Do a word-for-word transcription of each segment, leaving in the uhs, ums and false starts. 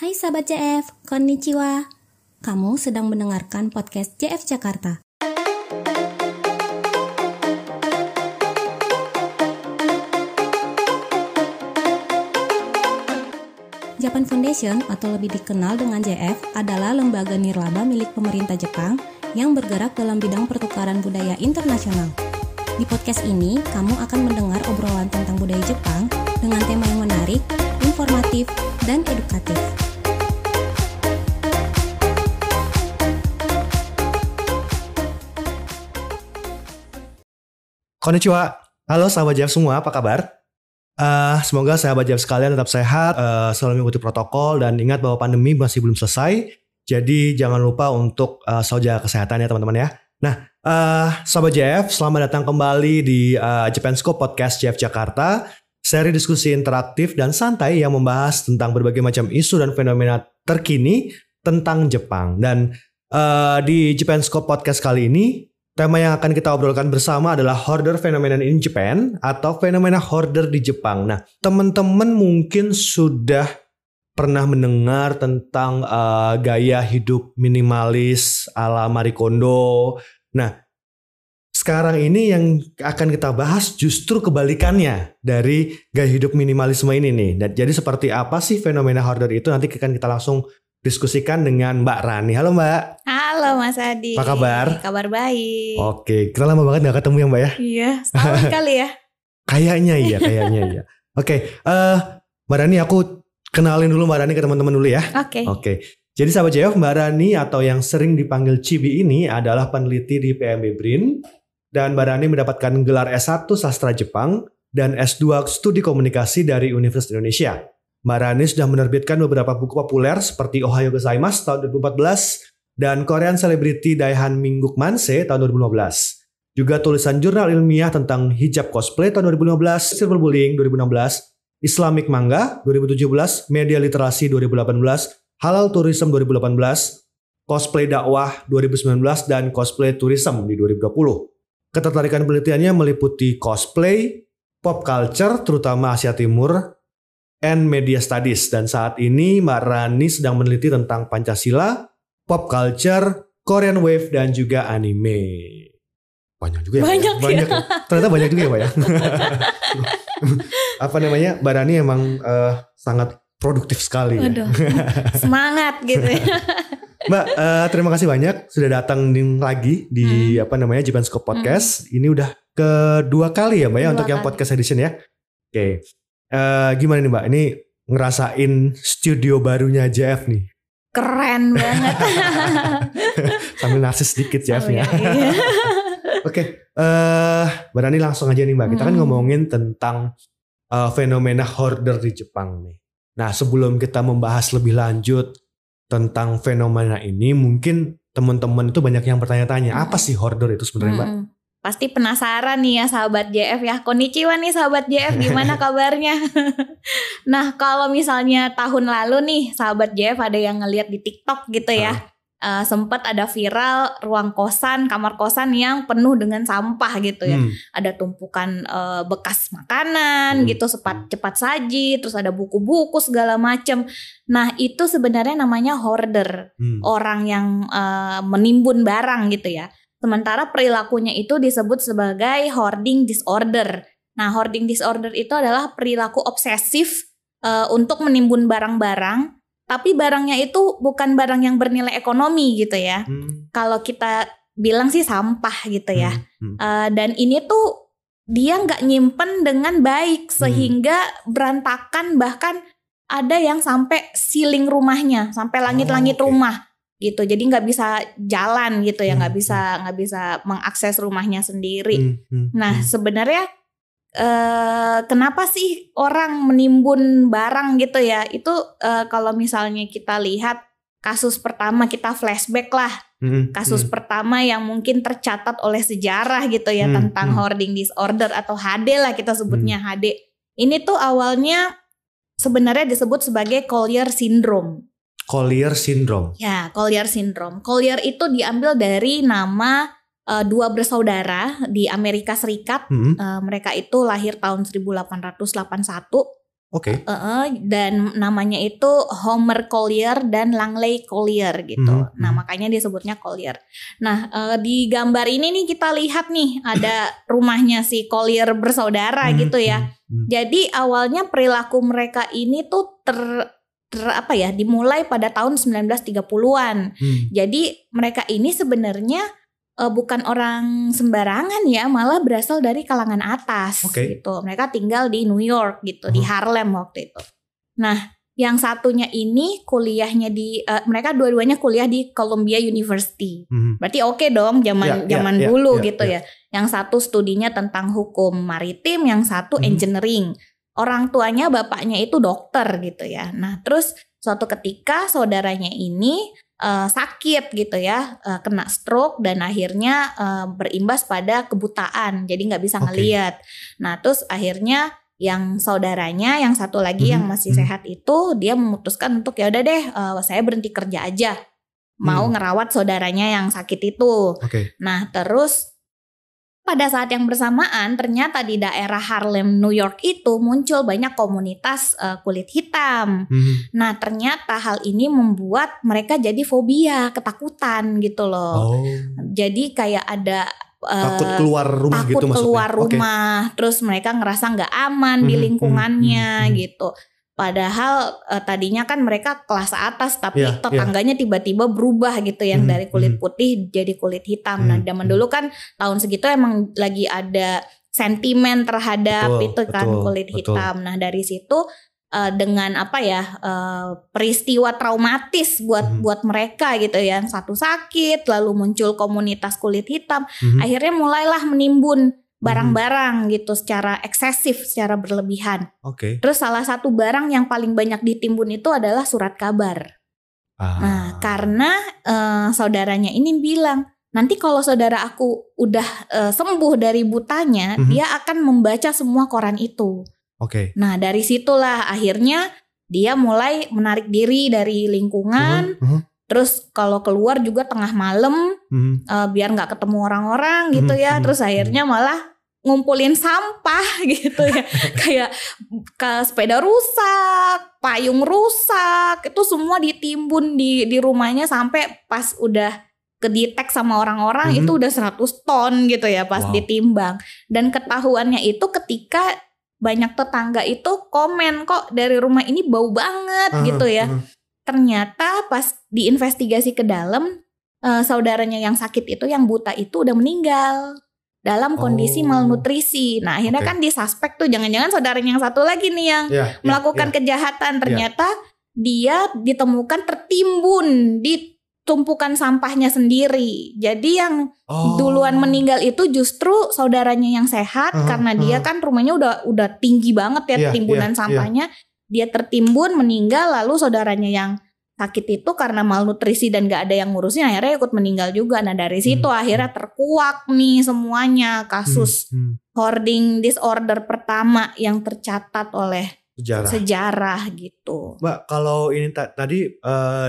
Hai sahabat J F, konnichiwa. Kamu sedang mendengarkan podcast J F Jakarta. Japan Foundation atau lebih dikenal dengan J F adalah lembaga nirlaba milik pemerintah Jepang yang bergerak dalam bidang pertukaran budaya internasional. Di podcast ini, kamu akan mendengar obrolan tentang budaya Jepang dengan tema yang menarik, informatif, dan edukatif. Konnichiwa, halo sahabat J F semua, apa kabar? Uh, semoga sahabat J F sekalian tetap sehat, uh, selalu mengikuti protokol, dan ingat bahwa pandemi masih belum selesai. Jadi jangan lupa untuk uh, selalu jaga kesehatan ya teman-teman ya. Nah, uh, sahabat J F, selamat datang kembali di uh, Japan Scope Podcast J F Jakarta. Seri diskusi interaktif dan santai yang membahas tentang berbagai macam isu dan fenomena terkini tentang Jepang. Dan uh, di Japan Scope Podcast kali ini, tema yang akan kita obrolkan bersama adalah Hoarder Phenomenon in Japan atau fenomena hoarder di Jepang. Nah, teman-teman mungkin sudah pernah mendengar tentang uh, gaya hidup minimalis ala Marie Kondo. Nah, sekarang ini yang akan kita bahas justru kebalikannya dari gaya hidup minimalisme ini nih. Dan jadi seperti apa sih fenomena hoarder itu? Nanti akan kita langsung diskusikan dengan Mbak Rani. Halo Mbak. Halo Mas Adi. Apa kabar? Kabar baik. Oke, kita lama banget gak ketemu ya Mbak ya? Iya, setahun kali ya. Kayaknya iya, kayaknya iya. Oke, uh, Mbak Rani aku kenalin dulu Mbak Rani ke teman-teman dulu ya. Oke. Oke, jadi sahabat J F, Mbak Rani atau yang sering dipanggil Chibi ini adalah peneliti di P M B B R I N. Dan Mbak Rani mendapatkan gelar S satu Sastra Jepang dan S dua Studi Komunikasi dari Universitas Indonesia. Mbak Rani sudah menerbitkan beberapa buku populer seperti Ohayo Gozaimasu tahun dua ribu empat belas dan Korean Celebrity Daihan Mingguk Manse tahun dua ribu lima belas. Juga tulisan jurnal ilmiah tentang hijab cosplay tahun dua ribu lima belas, cyberbullying dua ribu enam belas, Islamic manga dua ribu tujuh belas, media literasi dua ribu delapan belas, halal tourism dua ribu delapan belas, cosplay dakwah dua ribu sembilan belas, dan cosplay tourism di dua ribu dua puluh. Ketertarikan penelitiannya meliputi cosplay, pop culture terutama Asia Timur, and media studies. Dan saat ini Mbak Rani sedang meneliti tentang Pancasila, pop culture, Korean wave, dan juga anime. Banyak juga ya? Banyak, ya? Banyak ya? Ternyata banyak juga ya Mbak ya? Apa namanya, Mbak Rani emang uh, sangat produktif sekali. Waduh, ya? Semangat gitu ya. Mbak, uh, terima kasih banyak sudah datang lagi di hmm. apa namanya Japan Scope Podcast. Hmm. Ini udah kedua kali ya Mbak ya untuk kali. Yang podcast edition ya. Oke. Okay. Uh, gimana nih Mbak, ini ngerasain studio barunya J F nih? Keren banget. Sambil narsis sedikit J F-nya. Oh, iya. Oke, okay, uh, Mbak Rani langsung aja nih Mbak. Kita kan ngomongin tentang uh, fenomena hoarder di Jepang nih. Nah, sebelum kita membahas lebih lanjut tentang fenomena ini, mungkin teman-teman itu banyak yang bertanya-tanya, apa sih hoarder itu sebenarnya Mbak? Hmm. Pasti penasaran nih ya sahabat J F ya. Konnichiwa nih sahabat J F, gimana kabarnya? Nah, kalau misalnya tahun lalu nih sahabat J F ada yang ngeliat di TikTok gitu ya. Uh. Uh, sempat ada viral ruang kosan, kamar kosan yang penuh dengan sampah gitu ya. Hmm. Ada tumpukan uh, bekas makanan hmm. gitu, cepat cepat saji, terus ada buku-buku segala macem. Nah, itu sebenarnya namanya hoarder. Hmm. Orang yang uh, menimbun barang gitu ya. Sementara perilakunya itu disebut sebagai hoarding disorder. Nah, hoarding disorder itu adalah perilaku obsesif uh, untuk menimbun barang-barang, tapi barangnya itu bukan barang yang bernilai ekonomi gitu ya. Hmm. Kalau kita bilang sih sampah gitu ya. Hmm. Hmm. Uh, dan ini tuh dia nggak nyimpen dengan baik sehingga hmm. berantakan, bahkan ada yang sampai ceiling rumahnya, sampai langit-langit oh, okay. rumah. Gitu, jadi nggak bisa jalan gitu ya, nggak hmm. bisa nggak bisa mengakses rumahnya sendiri. Hmm. Hmm. Nah hmm. sebenarnya eh, kenapa sih orang menimbun barang gitu ya? Itu eh, kalau misalnya kita lihat kasus pertama, kita flashback lah, hmm. kasus hmm. pertama yang mungkin tercatat oleh sejarah gitu ya hmm. tentang hmm. hoarding disorder atau H D lah kita sebutnya hmm. H D. Ini tuh awalnya sebenarnya disebut sebagai Collier Syndrome. Collier Syndrome. Ya, Collier Syndrome. Collier itu diambil dari nama uh, dua bersaudara di Amerika Serikat. Hmm. Uh, mereka itu lahir tahun seribu delapan ratus delapan puluh satu. Oke. Uh, uh, dan namanya itu Homer Collier dan Langley Collier gitu. Hmm, Nah hmm. makanya disebutnya Collier. Nah uh, di gambar ini nih kita lihat nih ada rumahnya si Collier bersaudara Hmm, gitu ya. hmm, hmm. Jadi awalnya perilaku mereka ini tuh ter, ter apa ya dimulai pada tahun sembilan belas tiga puluhan. Hmm. Jadi mereka ini sebenarnya Uh, bukan orang sembarangan ya, malah berasal dari kalangan atas Oke. gitu. Mereka tinggal di New York gitu, di Uh-huh. Harlem waktu itu. Nah, yang satunya ini kuliahnya di uh, mereka dua-duanya kuliah di Columbia University. Hmm. Berarti oke dong zaman Ya, ya, zaman ya, dulu ya, gitu ya. ya. Yang satu studinya tentang hukum maritim, yang satu Mhm. engineering. Orang tuanya bapaknya itu dokter gitu ya. Nah, terus suatu ketika saudaranya ini Uh, sakit gitu ya, uh, kena stroke dan akhirnya uh, berimbas pada kebutaan, jadi nggak bisa Oke. ngelihat. Nah terus akhirnya yang saudaranya, yang satu lagi Mhm, yang masih mhm. sehat itu dia memutuskan untuk ya udah deh, uh, saya berhenti kerja aja, mau Hmm. ngerawat saudaranya yang sakit itu. Oke. Nah terus pada saat yang bersamaan ternyata di daerah Harlem, New York itu muncul banyak komunitas uh, kulit hitam. Hmm. Nah ternyata hal ini membuat mereka jadi fobia, ketakutan gitu loh. Oh. Jadi kayak ada uh, Takut keluar rumah takut gitu maksudnya. keluar Oke. rumah, terus mereka ngerasa nggak aman di Mhm, lingkungannya mhm, mhm. gitu. Padahal uh, tadinya kan mereka kelas atas, tapi Iya, tetangganya tiba-tiba berubah gitu, yang Mhm, dari kulit mhm. putih jadi kulit hitam. Nah Mhm, zaman mhm. dulu kan tahun segitu emang lagi ada sentimen terhadap Betul, itu kan betul, kulit betul. hitam. Nah dari situ uh, dengan apa ya uh, peristiwa traumatis buat Mhm. buat mereka gitu ya. Satu sakit, lalu muncul komunitas kulit hitam. Mhm. Akhirnya mulailah menimbun barang-barang gitu secara eksesif, secara berlebihan. Oke. Terus salah satu barang yang paling banyak ditimbun itu adalah surat kabar. Ah. Nah karena uh, saudaranya ini bilang, nanti kalau saudara aku udah uh, sembuh dari butanya, Mhm. dia akan membaca semua koran itu. Oke. Nah dari situlah akhirnya dia mulai menarik diri dari lingkungan. Mhm, mhm, Terus kalau keluar juga tengah malam, mhm. uh, biar nggak ketemu orang-orang gitu Mhm, ya. mhm, Terus akhirnya malah ngumpulin sampah gitu ya. Kayak ke sepeda rusak, payung rusak, itu semua ditimbun di di rumahnya sampai pas udah kedetek sama orang-orang Mhm. itu udah seratus ton gitu ya pas Wow. ditimbang. Dan ketahuannya itu ketika banyak tetangga itu komen, kok dari rumah ini bau banget Ah, gitu ya. ah. Ternyata pas diinvestigasi ke dalam, uh, saudaranya yang sakit itu, yang buta itu udah meninggal dalam kondisi Oh. malnutrisi. Nah akhirnya Oke. kan disuspek tuh jangan-jangan saudaranya yang satu lagi nih yang Ya, ya, melakukan ya. kejahatan. Ternyata dia ditemukan tertimbun di tumpukan sampahnya sendiri. Jadi yang Oh. duluan meninggal itu justru saudaranya yang sehat, Aha, karena dia aha. kan rumahnya udah udah tinggi banget ya Iya, timbunan iya, sampahnya. Dia tertimbun meninggal, lalu saudaranya yang sakit itu karena malnutrisi dan gak ada yang ngurusin akhirnya ikut meninggal juga. Nah dari situ Hmm, akhirnya terkuak nih semuanya kasus Hmm, hmm. hoarding disorder pertama yang tercatat oleh Sejarah. sejarah gitu. Mbak, kalau ini ta- tadi eh,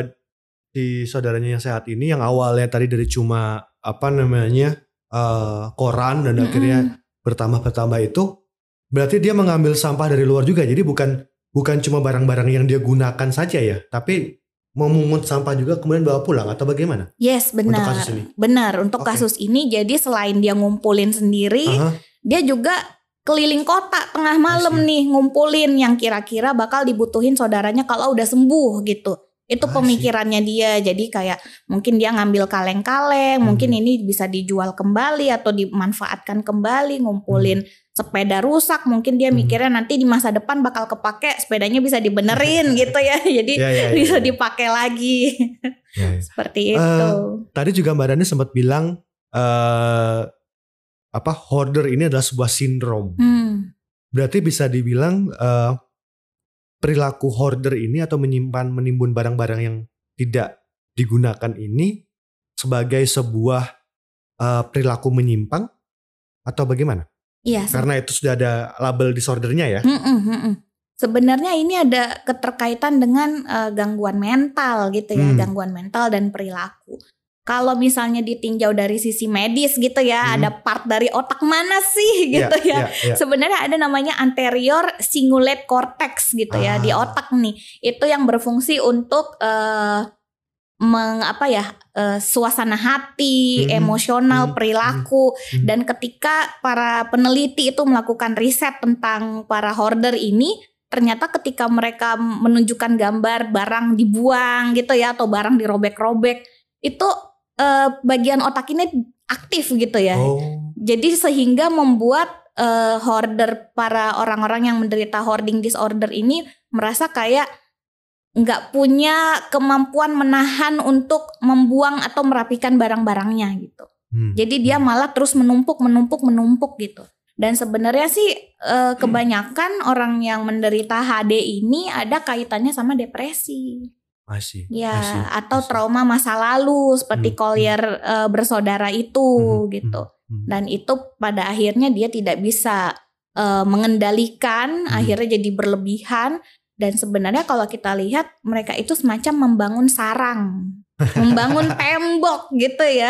di saudaranya yang sehat ini yang awalnya tadi dari cuma apa namanya eh, koran dan Mm-mm. akhirnya bertambah-bertambah itu berarti dia mengambil sampah dari luar juga. Jadi bukan bukan cuma barang-barang yang dia gunakan saja ya, tapi memungut sampah juga kemudian bawa pulang atau bagaimana? Yes, benar. Untuk kasus ini? Benar, untuk Oke. kasus ini jadi selain dia ngumpulin sendiri, Aha. dia juga keliling kota tengah malam I see. nih ngumpulin yang kira-kira bakal dibutuhin saudaranya kalau udah sembuh gitu. Itu I see. pemikirannya dia. Jadi kayak mungkin dia ngambil kaleng-kaleng, Hmm. mungkin ini bisa dijual kembali atau dimanfaatkan kembali, ngumpulin sepeda rusak, mungkin dia Hmm. mikirnya nanti di masa depan bakal kepake, sepedanya bisa dibenerin gitu ya. Jadi Ya, ya, ya, bisa ya. dipakai lagi. Ya, ya. Seperti Eh, itu. Tadi juga Mbak Dani sempat bilang eh, apa hoarder ini adalah sebuah sindrom. Hmm. Berarti bisa dibilang eh, perilaku hoarder ini atau menyimpan menimbun barang-barang yang tidak digunakan ini sebagai sebuah eh, perilaku menyimpang atau bagaimana? Iya. se- Karena itu sudah ada label disordernya ya. Mm-mm, mm-mm. Sebenarnya ini ada keterkaitan dengan eh, gangguan mental gitu ya, Hmm. gangguan mental dan perilaku. kalau misalnya ditinjau dari sisi medis gitu ya, hmm. ada part dari otak mana sih gitu yeah, ya. Yeah, yeah. Sebenarnya ada namanya anterior cingulate cortex gitu ah. ya di otak nih. Itu yang berfungsi untuk uh, meng, apa ya uh, suasana hati, hmm. emosional, hmm. perilaku. Hmm. Dan ketika para peneliti itu melakukan riset tentang para hoarder ini, ternyata ketika mereka menunjukkan gambar barang dibuang gitu ya atau barang dirobek-robek, itu Uh, bagian otak ini aktif gitu ya. Oh. Jadi sehingga membuat uh, hoarder, para orang-orang yang menderita hoarding disorder ini merasa kayak nggak punya kemampuan menahan untuk membuang atau merapikan barang-barangnya gitu. Hmm. Jadi dia malah terus menumpuk, menumpuk, menumpuk gitu. Dan sebenarnya sih uh, kebanyakan hmm. orang yang menderita H D ini ada kaitannya sama depresi. Masih, ya masih, atau masih. trauma masa lalu seperti hmm, Collier hmm. Uh, bersaudara itu hmm, gitu hmm, hmm. dan itu pada akhirnya dia tidak bisa uh, mengendalikan hmm. akhirnya jadi berlebihan. Dan sebenarnya kalau kita lihat mereka itu semacam membangun sarang, membangun tembok gitu ya.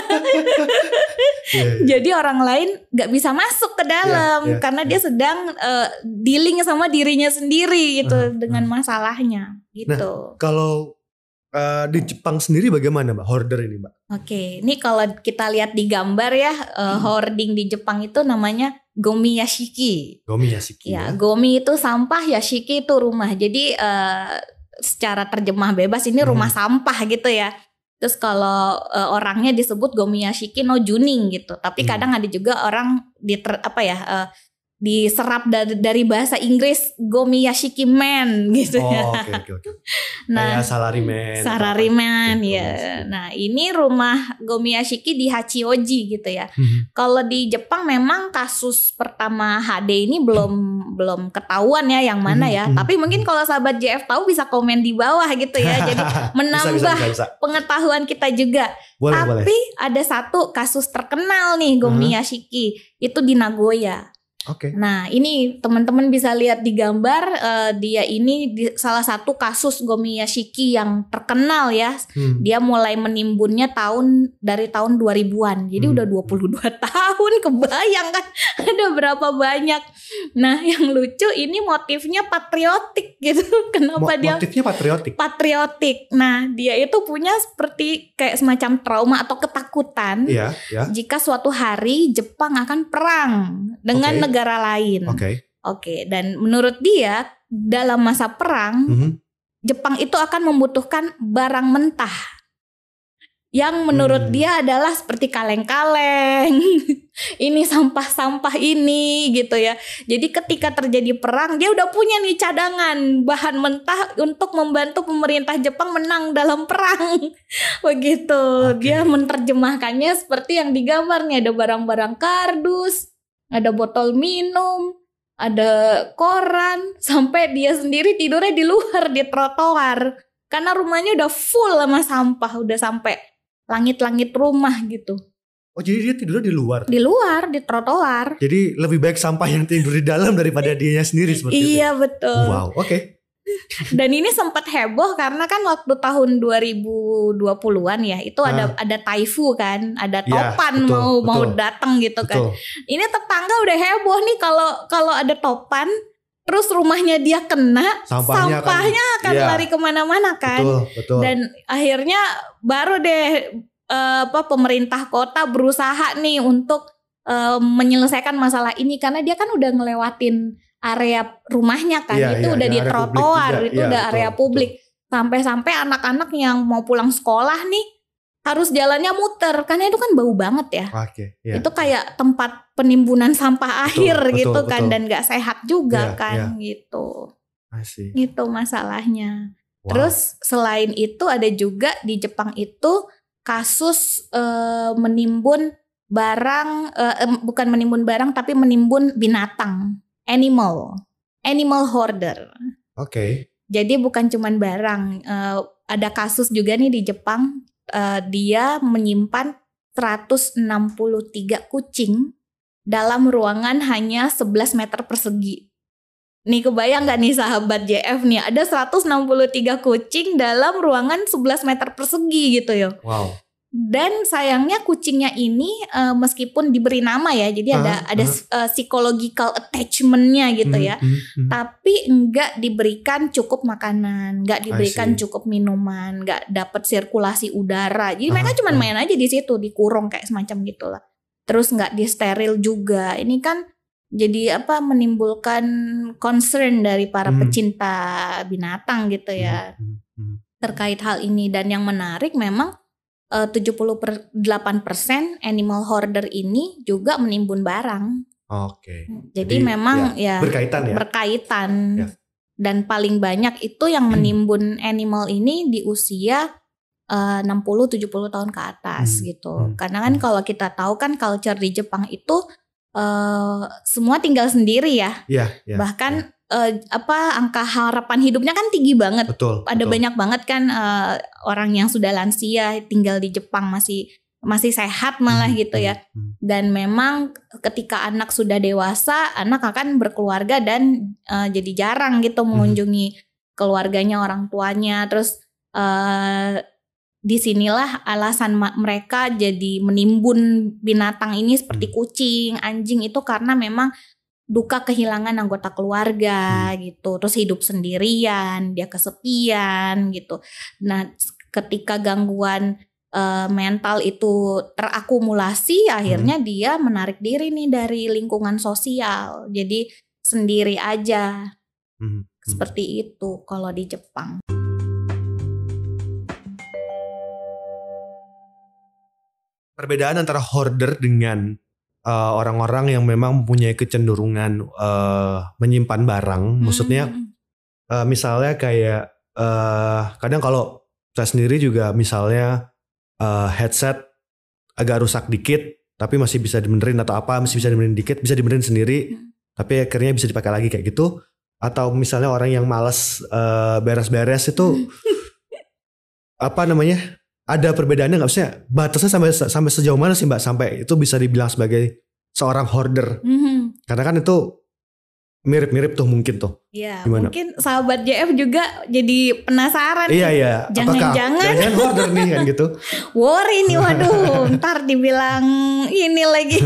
yeah, yeah. Jadi orang lain gak bisa masuk ke dalam yeah, yeah, karena yeah. dia sedang uh, dealing sama dirinya sendiri gitu uh, dengan uh. masalahnya gitu. Nah, kalau uh, di Jepang sendiri bagaimana Mbak hoarder ini Mbak? Oke, ini kalau kita lihat di gambar ya uh, hmm. hoarding di Jepang itu namanya gomi yashiki. Gomi yashiki. Ya, ya, gomi itu sampah, yashiki itu rumah. Jadi uh, secara terjemah bebas ini rumah hmm. sampah gitu ya. Terus kalau uh, orangnya disebut gomi yashiki no junin gitu. Tapi hmm. kadang ada juga orang di ter, apa ya uh, diserap dari, dari bahasa Inggris gomi yashiki man gitu oh, ya. Oke oke oke. Nah, kayak salaryman. Salaryman ya. Nah, ini rumah gomi yashiki di Hachioji gitu ya. Hmm. Kalau di Jepang memang kasus pertama H D ini belum hmm. belum ketahuan ya yang mana ya. Hmm. Tapi mungkin kalau sahabat J F tahu bisa komen di bawah gitu ya. Jadi menambah bisa, bisa, bisa. pengetahuan kita juga. Boleh, Tapi boleh. ada satu kasus terkenal nih gomi uh-huh. yashiki itu di Nagoya. Oke. Okay. Nah ini teman-teman bisa lihat di gambar uh, dia ini di, salah satu kasus gomi yashiki yang terkenal ya. Hmm. Dia mulai menimbunnya tahun dari tahun dua ribuan. Jadi hmm. udah dua puluh dua tahun, kebayang kan ada berapa banyak. Nah yang lucu ini motifnya patriotik gitu. Kenapa Mo- dia motifnya patriotik? Patriotik. Nah dia itu punya seperti kayak semacam trauma atau ketakutan. Iya, iya. Jika suatu hari Jepang akan perang dengan okay. negara negara lain. Oke. Okay. Oke, okay. Dan menurut dia dalam masa perang mm-hmm. Jepang itu akan membutuhkan barang mentah. Yang menurut hmm. dia adalah seperti kaleng-kaleng. Ini sampah-sampah ini gitu ya. Jadi ketika terjadi perang dia udah punya nih cadangan bahan mentah untuk membantu pemerintah Jepang menang dalam perang. Begitu. Okay. Dia menerjemahkannya seperti yang digambarnya, ada barang-barang kardus, ada botol minum, ada koran, sampai dia sendiri tidurnya di luar di trotoar karena rumahnya udah full sama sampah, udah sampai langit-langit rumah gitu. Oh jadi dia tidurnya di luar? Di luar, di trotoar. Jadi lebih baik sampah yang tidur di dalam daripada dianya sendiri seperti itu. Iya betul. Wow, oke. Okay. Dan ini sempat heboh karena kan waktu tahun dua ribu dua puluhan ya itu ah. ada ada taifu kan, ada topan ya, betul, mau betul, mau datang gitu betul. kan. Ini tetangga udah heboh nih kalau kalau ada topan, terus rumahnya dia kena, sampahnya, sampahnya akan, akan ya, lari kemana-mana kan. Betul, betul. Dan akhirnya baru deh uh, apa pemerintah kota berusaha nih untuk uh, menyelesaikan masalah ini karena dia kan udah ngelewatin area rumahnya kan, ya, itu ya, udah di trotoar, itu ya, udah betul, area publik. Betul. Sampai-sampai anak-anak yang mau pulang sekolah nih harus jalannya muter karena itu kan bau banget ya. Oke, ya. Itu kayak tempat penimbunan sampah betul, akhir betul, gitu kan betul. Dan gak sehat juga ya, kan ya. gitu. Masih. Gitu masalahnya. Wow. Terus selain itu ada juga di Jepang itu kasus uh, menimbun barang, uh, bukan menimbun barang tapi menimbun binatang. Animal, animal hoarder. Oke. Okay. Jadi bukan cuman barang, uh, ada kasus juga nih di Jepang, uh, dia menyimpan seratus enam puluh tiga kucing dalam ruangan hanya sebelas meter persegi. Nih kebayang gak nih sahabat J F nih, ada seratus enam puluh tiga kucing dalam ruangan sebelas meter persegi gitu ya. Wow. Dan sayangnya kucingnya ini uh, meskipun diberi nama ya, jadi uh, ada uh. ada uh, psychological attachment-nya gitu hmm, ya, hmm, hmm. tapi enggak diberikan cukup makanan, enggak diberikan cukup minuman, enggak dapat sirkulasi udara. Jadi uh, mereka cuma uh. main aja di situ, dikurung kayak semacam gitulah. Terus enggak disteril juga. Ini kan jadi apa, menimbulkan concern dari para hmm. pecinta binatang gitu ya hmm, hmm. terkait hal ini. Dan yang menarik memang Uh, tujuh puluh delapan persen animal hoarder ini juga menimbun barang. Oke. Jadi, Jadi memang ya, ya berkaitan ya. Berkaitan. Ya. Dan paling banyak itu yang menimbun animal ini di usia uh, enam puluh tujuh puluh tahun ke atas hmm. gitu. Hmm. Karena kan kalau kita tahu kan culture di Jepang itu uh, semua tinggal sendiri ya. Ya, ya Bahkan ya. Uh, apa angka harapan hidupnya kan tinggi banget. Betul, Ada betul. banyak banget kan uh, orang yang sudah lansia tinggal di Jepang masih masih sehat malah hmm, gitu ya. Hmm. Dan memang ketika anak sudah dewasa, anak akan berkeluarga dan uh, jadi jarang gitu mengunjungi hmm. keluarganya, orang tuanya. Terus uh, disinilah alasan mereka jadi menimbun binatang ini seperti hmm. kucing, anjing itu karena memang duka kehilangan anggota keluarga hmm. gitu, terus hidup sendirian, dia kesepian gitu. Nah, ketika gangguan uh, mental itu terakumulasi, akhirnya hmm. dia menarik diri nih dari lingkungan sosial, jadi sendiri aja. Hmm. Hmm. Seperti itu kalau di Jepang. Perbedaan antara hoarder dengan Uh, orang-orang yang memang mempunyai kecenderungan uh, menyimpan barang, hmm. maksudnya uh, misalnya kayak uh, kadang kalau saya sendiri juga misalnya uh, headset agak rusak dikit, tapi masih bisa dibenerin atau apa, masih bisa dibenerin dikit, bisa dibenerin sendiri, hmm. tapi akhirnya bisa dipakai lagi kayak gitu. Atau misalnya orang yang malas uh, beres-beres itu apa namanya? Ada perbedaannya nggak, maksudnya batasnya sampai sampai sejauh mana sih Mbak sampai itu bisa dibilang sebagai seorang hoarder? Mm-hmm. Karena kan itu mirip-mirip tuh mungkin tuh. Iya, mungkin sahabat J F juga jadi penasaran. Iya iya. Jangan-jangan jangan hoarder nih kan gitu. Worry nih, waduh, ntar dibilang ini lagi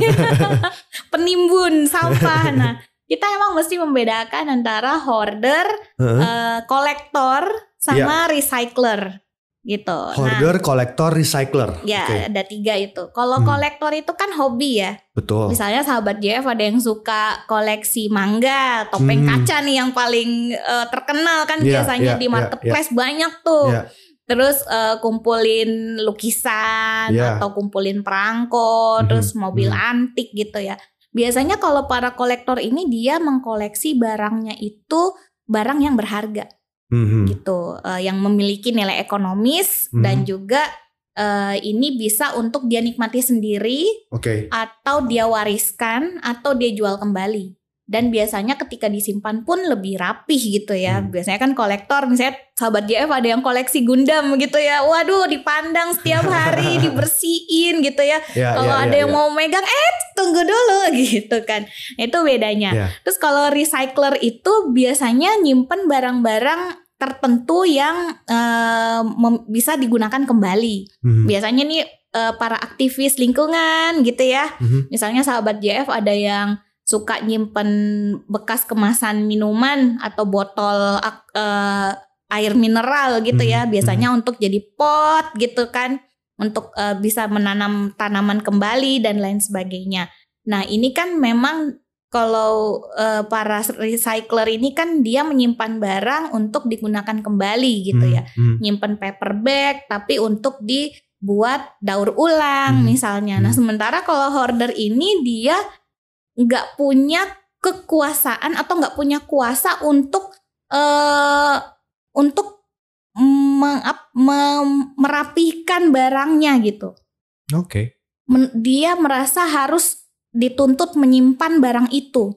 penimbun sampah. Nah, kita emang mesti membedakan antara hoarder, uh-huh. uh, kolektor, sama yeah. recycler. Gitu. Hoarder, nah, kolektor, recycler. Ya, okay. Ada tiga itu. Kalau hmm. kolektor itu kan hobi ya. Betul. Misalnya sahabat J F ada yang suka koleksi mangga, topeng hmm. kaca nih yang paling uh, terkenal kan yeah, biasanya yeah, di marketplace yeah, yeah. banyak tuh. Yeah. Terus uh, kumpulin lukisan yeah. atau kumpulin perangko, hmm. terus mobil hmm. antik gitu ya. Biasanya kalau para kolektor ini dia mengkoleksi barangnya itu barang yang berharga. Mm-hmm. gitu, uh, yang memiliki nilai ekonomis mm-hmm. dan juga uh, ini bisa untuk dia nikmati sendiri, okay. atau dia wariskan atau dia jual kembali. Dan biasanya ketika disimpan pun lebih rapih gitu ya. Hmm. Biasanya kan kolektor, misalnya sahabat J F ada yang koleksi Gundam gitu ya. Waduh, dipandang setiap hari, dibersihin gitu ya. ya kalau ya, ada ya, yang ya. mau megang, eh tunggu dulu gitu kan. Itu bedanya. Ya. Terus kalau recycler itu biasanya nyimpen barang-barang tertentu yang uh, mem- bisa digunakan kembali. Hmm. Biasanya nih uh, para aktivis lingkungan gitu ya. Hmm. Misalnya sahabat J F ada yang suka nyimpen bekas kemasan minuman atau botol uh, air mineral gitu ya, biasanya mm-hmm. untuk jadi pot gitu kan, untuk uh, bisa menanam tanaman kembali dan lain sebagainya. Nah ini kan memang kalau uh, para recycler ini kan dia menyimpan barang untuk digunakan kembali gitu ya, mm-hmm. nyimpen paper bag tapi untuk dibuat daur ulang mm-hmm. misalnya. Nah sementara kalau hoarder ini dia nggak punya kekuasaan atau nggak punya kuasa untuk uh, untuk meng, me, merapihkan barangnya gitu. Oke. Okay. Dia merasa harus dituntut menyimpan barang itu.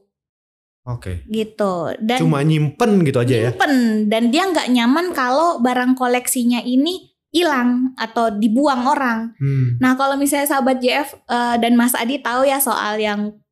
Oke. Okay. Gitu. Dan cuma nyimpen gitu aja nyimpen, ya. Nyimpen dan dia nggak nyaman kalau barang koleksinya ini hilang atau dibuang orang. Hmm. Nah kalau misalnya sahabat J F uh, dan Mas Adi tahu ya soal yang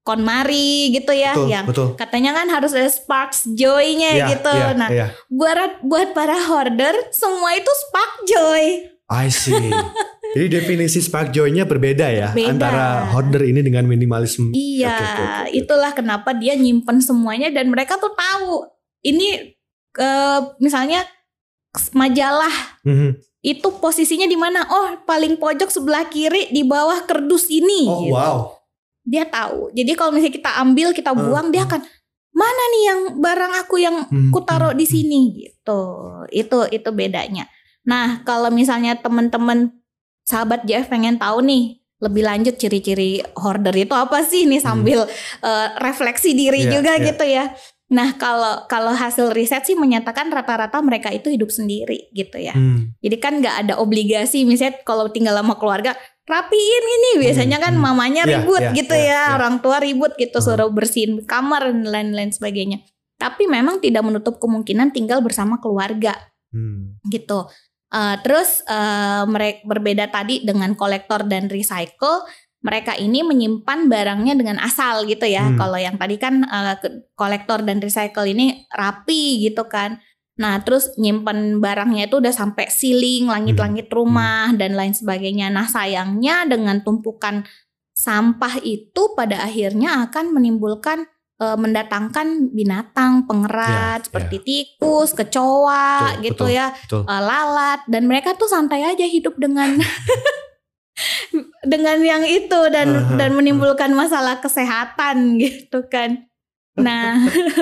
KonMari gitu ya, betul, yang betul. katanya kan harus ada sparks joy-nya yeah, gitu. Yeah, nah, yeah. buat buat para hoarder semua itu spark joy. I see. Jadi definisi spark joy-nya berbeda ya Berbeda. Antara hoarder ini dengan minimalisme. Iya, okay, okay, okay, okay. Itulah kenapa dia nyimpen semuanya dan mereka tuh tahu ini uh, misalnya majalah. Mm-hmm. Itu posisinya di mana? Oh, paling pojok sebelah kiri di bawah kerdus ini. Oh, gitu. wow. Dia tahu. Jadi kalau misalnya kita ambil, kita buang, uh, dia akan mana nih yang barang aku yang hmm, ku taruh di sini gitu. Itu itu bedanya. Nah, kalau misalnya teman-teman sahabat J F pengen tahu nih lebih lanjut ciri-ciri hoarder itu apa sih nih sambil hmm. uh, refleksi diri yeah, juga yeah. gitu ya. Nah, kalau kalau hasil riset sih menyatakan rata-rata mereka itu hidup sendiri gitu ya. Hmm. Jadi kan nggak ada obligasi misalnya kalau tinggal sama keluarga rapiin ini biasanya kan hmm. mamanya ribut yeah, yeah, gitu yeah, ya, yeah. orang tua ribut gitu hmm. suruh bersihin kamar dan lain-lain sebagainya. Tapi memang tidak menutup kemungkinan tinggal bersama keluarga hmm. gitu. Uh, terus uh, mereka berbeda tadi dengan kolektor dan recycle. Mereka ini menyimpan barangnya dengan asal gitu ya. Hmm. Kalau yang tadi kan uh, kolektor dan recycle ini rapi gitu kan. Nah terus nyimpan barangnya itu udah sampai ceiling, langit-langit rumah hmm. dan lain sebagainya. Nah sayangnya dengan tumpukan sampah itu pada akhirnya akan menimbulkan uh, mendatangkan binatang pengerat ya, seperti ya. tikus, kecoa betul, gitu betul, ya, betul. Uh, lalat. Dan mereka tuh santai aja hidup dengan dengan yang itu dan uh-huh. dan menimbulkan masalah kesehatan gitu kan. Nah,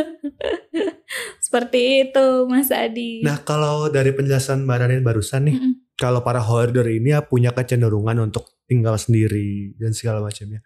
seperti itu Mas Adi. Nah, kalau dari penjelasan Mbak Ranin barusan nih, mm-hmm. kalau para hoarder ini ya punya kecenderungan untuk tinggal sendiri dan segala macamnya.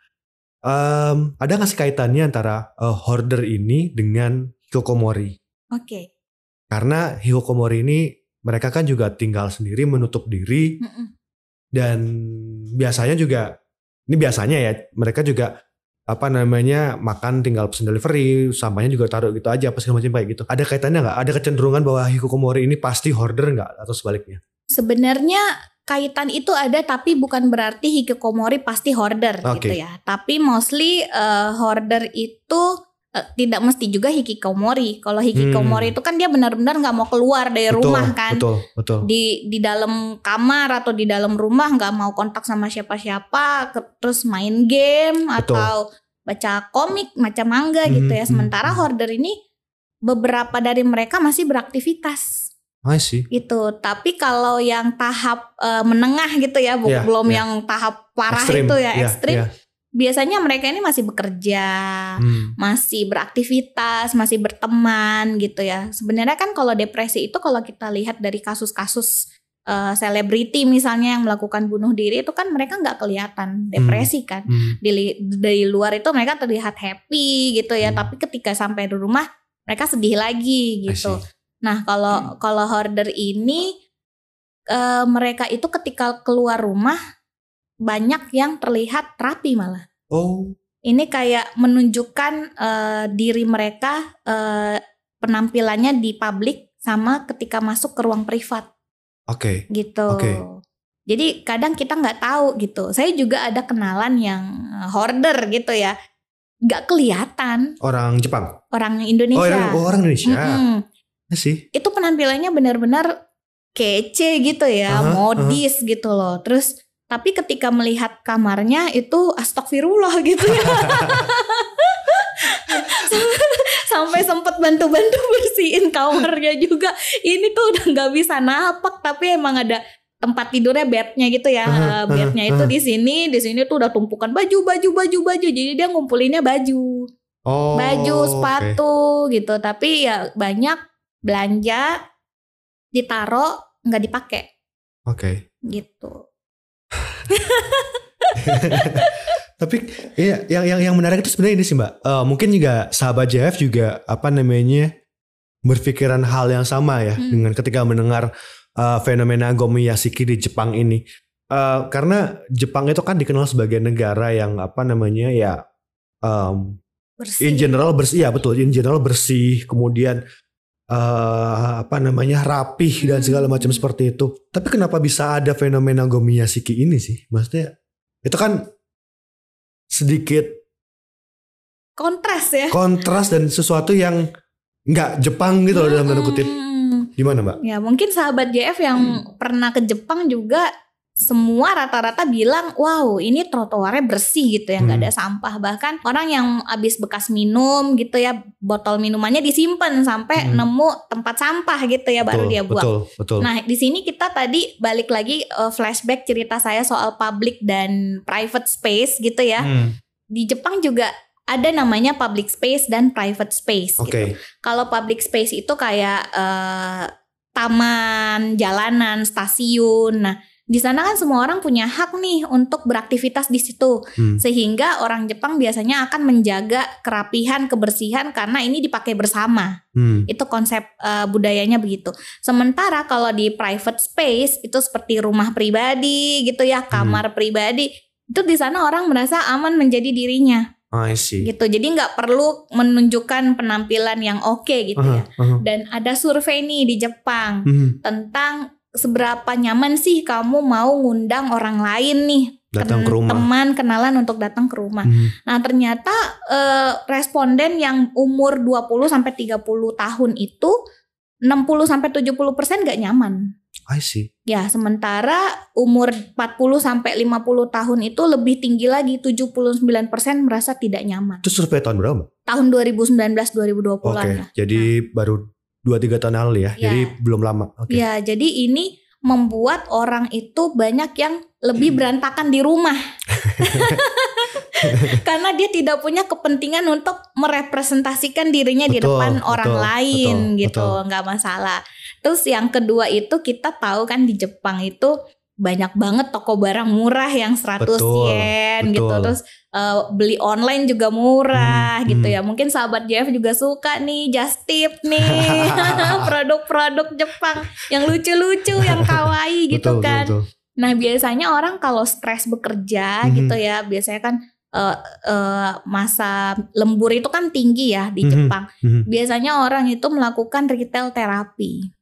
Um, ada nggak sih kaitannya antara uh, hoarder ini dengan hikikomori? Oke. Okay. Karena hikikomori ini mereka kan juga tinggal sendiri, menutup diri. Mm-mm. Dan biasanya juga, ini biasanya ya, mereka juga apa namanya makan tinggal pesen delivery, sampahnya juga taruh gitu aja, apa segala macam kayak gitu. Ada kaitannya nggak? Ada kecenderungan bahwa hikikomori ini pasti hoarder nggak atau sebaliknya? Sebenarnya kaitan itu ada, tapi bukan berarti hikikomori pasti hoarder okay. gitu ya. Tapi mostly uh, hoarder itu uh, tidak mesti juga hikikomori. Kalau hikikomori hmm. itu kan dia benar-benar nggak mau keluar dari betul, rumah kan. Betul, betul. Di di dalam kamar atau di dalam rumah nggak mau kontak sama siapa-siapa, terus main game betul. Atau baca komik, baca manga hmm, gitu ya. Sementara hmm. hoarder ini beberapa dari mereka masih beraktivitas. I see. Gitu. Tapi kalau yang tahap uh, menengah gitu ya, yeah, belum yeah. yang tahap parah extreme. Itu ya yeah, ekstrim. Yeah. Biasanya mereka ini masih bekerja, hmm. masih beraktivitas, masih berteman gitu ya. Sebenarnya kan kalau depresi itu kalau kita lihat dari kasus-kasus selebriti uh, misalnya yang melakukan bunuh diri itu kan mereka nggak kelihatan depresi hmm. kan. Hmm. Di, dari luar itu mereka terlihat happy gitu ya. Hmm. Tapi ketika sampai di rumah mereka sedih lagi gitu. Nah kalau hmm. kalau hoarder ini uh, mereka itu ketika keluar rumah banyak yang terlihat rapi malah. Oh. Ini kayak menunjukkan uh, diri mereka uh, penampilannya di publik sama ketika masuk ke ruang privat. Oke. Okay. Gitu. Oke. Okay. Jadi kadang kita nggak tahu gitu. Saya juga ada kenalan yang hoarder gitu ya. Nggak kelihatan. Orang Jepang. Orang Indonesia. Oh, orang, oh, orang Indonesia. Mm-hmm. Ya sih. Itu penampilannya benar-benar kece gitu ya, uh-huh, modis uh-huh. gitu loh. Terus tapi ketika melihat kamarnya itu astagfirullah gitu ya. Sampai sempat bantu-bantu bersihin kamarnya juga. Ini tuh udah nggak bisa napak, tapi emang ada tempat tidurnya, bednya gitu ya. Uh-huh, bednya uh-huh, itu uh-huh. di sini, di sini tuh udah tumpukan baju, baju, baju, baju. Jadi dia ngumpulinnya baju, oh, baju, sepatu okay. gitu. Tapi ya banyak belanja ditaruh nggak dipakai. Oke. Okay. Gitu. Tapi ya, yang yang yang menarik itu sebenarnya ini sih Mbak. Uh, mungkin juga sahabat J F juga apa namanya berpikiran hal yang sama ya hmm. dengan ketika mendengar uh, fenomena Gomiyashiki di Jepang ini. Uh, karena Jepang itu kan dikenal sebagai negara yang apa namanya ya um, bersih. In general bersih ya betul. In general bersih, kemudian Uh, apa namanya rapih dan segala macam hmm. seperti itu. Tapi kenapa bisa ada fenomena Gomiyashiki ini sih? Maksudnya itu kan sedikit kontras ya. Kontras dan sesuatu yang nggak Jepang gitu loh dalam tanda kutip. Gimana Mbak? Ya mungkin sahabat J F yang hmm. pernah ke Jepang juga semua rata-rata bilang wow ini trotoarnya bersih gitu ya, nggak hmm. ada sampah. Bahkan orang yang habis bekas minum gitu ya, botol minumannya disimpan sampai hmm. nemu tempat sampah gitu ya, betul, baru dia buang. Betul, betul. Nah di sini kita tadi balik lagi uh, flashback cerita saya soal public dan private space gitu ya. Hmm. Di Jepang juga ada namanya public space dan private space okay. gitu. Kalau public space itu kayak uh, taman, jalanan, stasiun. Nah di sana kan semua orang punya hak nih untuk beraktivitas di situ, hmm. sehingga orang Jepang biasanya akan menjaga kerapihan, kebersihan karena ini dipakai bersama. Hmm. Itu konsep uh, budayanya begitu. Sementara kalau di private space itu seperti rumah pribadi gitu ya, kamar hmm. pribadi, itu di sana orang merasa aman menjadi dirinya. I see. Gitu. Jadi nggak perlu menunjukkan penampilan yang oke okay, gitu uh-huh, ya. Uh-huh. Dan ada survei nih di Jepang hmm. tentang seberapa nyaman sih kamu mau ngundang orang lain nih, datang ke rumah, teman, kenalan untuk datang ke rumah. Hmm. Nah, ternyata eh, responden yang umur dua puluh sampai tiga puluh tahun itu enam puluh sampai tujuh puluh persen gak nyaman. I see. Ya, sementara umur empat puluh sampai lima puluh tahun itu lebih tinggi lagi, tujuh puluh sembilan persen merasa tidak nyaman. Itu survei tahun berapa? Tahun dua ribu sembilan belas dua ribu dua puluh. Oke, lah. jadi nah. baru dua tiga tahun lalu ya, ya. Jadi belum lama. Okay. Ya, jadi ini membuat orang itu banyak yang lebih berantakan di rumah. Karena dia tidak punya kepentingan untuk merepresentasikan dirinya betul, di depan betul, orang lain betul, gitu, betul. Nggak masalah. Terus yang kedua itu kita tahu kan di Jepang itu banyak banget toko barang murah yang seratus yen betul. Gitu. Terus uh, beli online juga murah hmm, gitu hmm. ya. Mungkin sahabat J F juga suka nih Just Tip nih. Produk-produk Jepang yang lucu-lucu, yang kawaii gitu betul, kan. Betul, betul. Nah, biasanya orang kalau stres bekerja hmm. gitu ya, biasanya kan uh, uh, masa lembur itu kan tinggi ya di hmm. Jepang. Hmm. Biasanya orang itu melakukan retail terapi.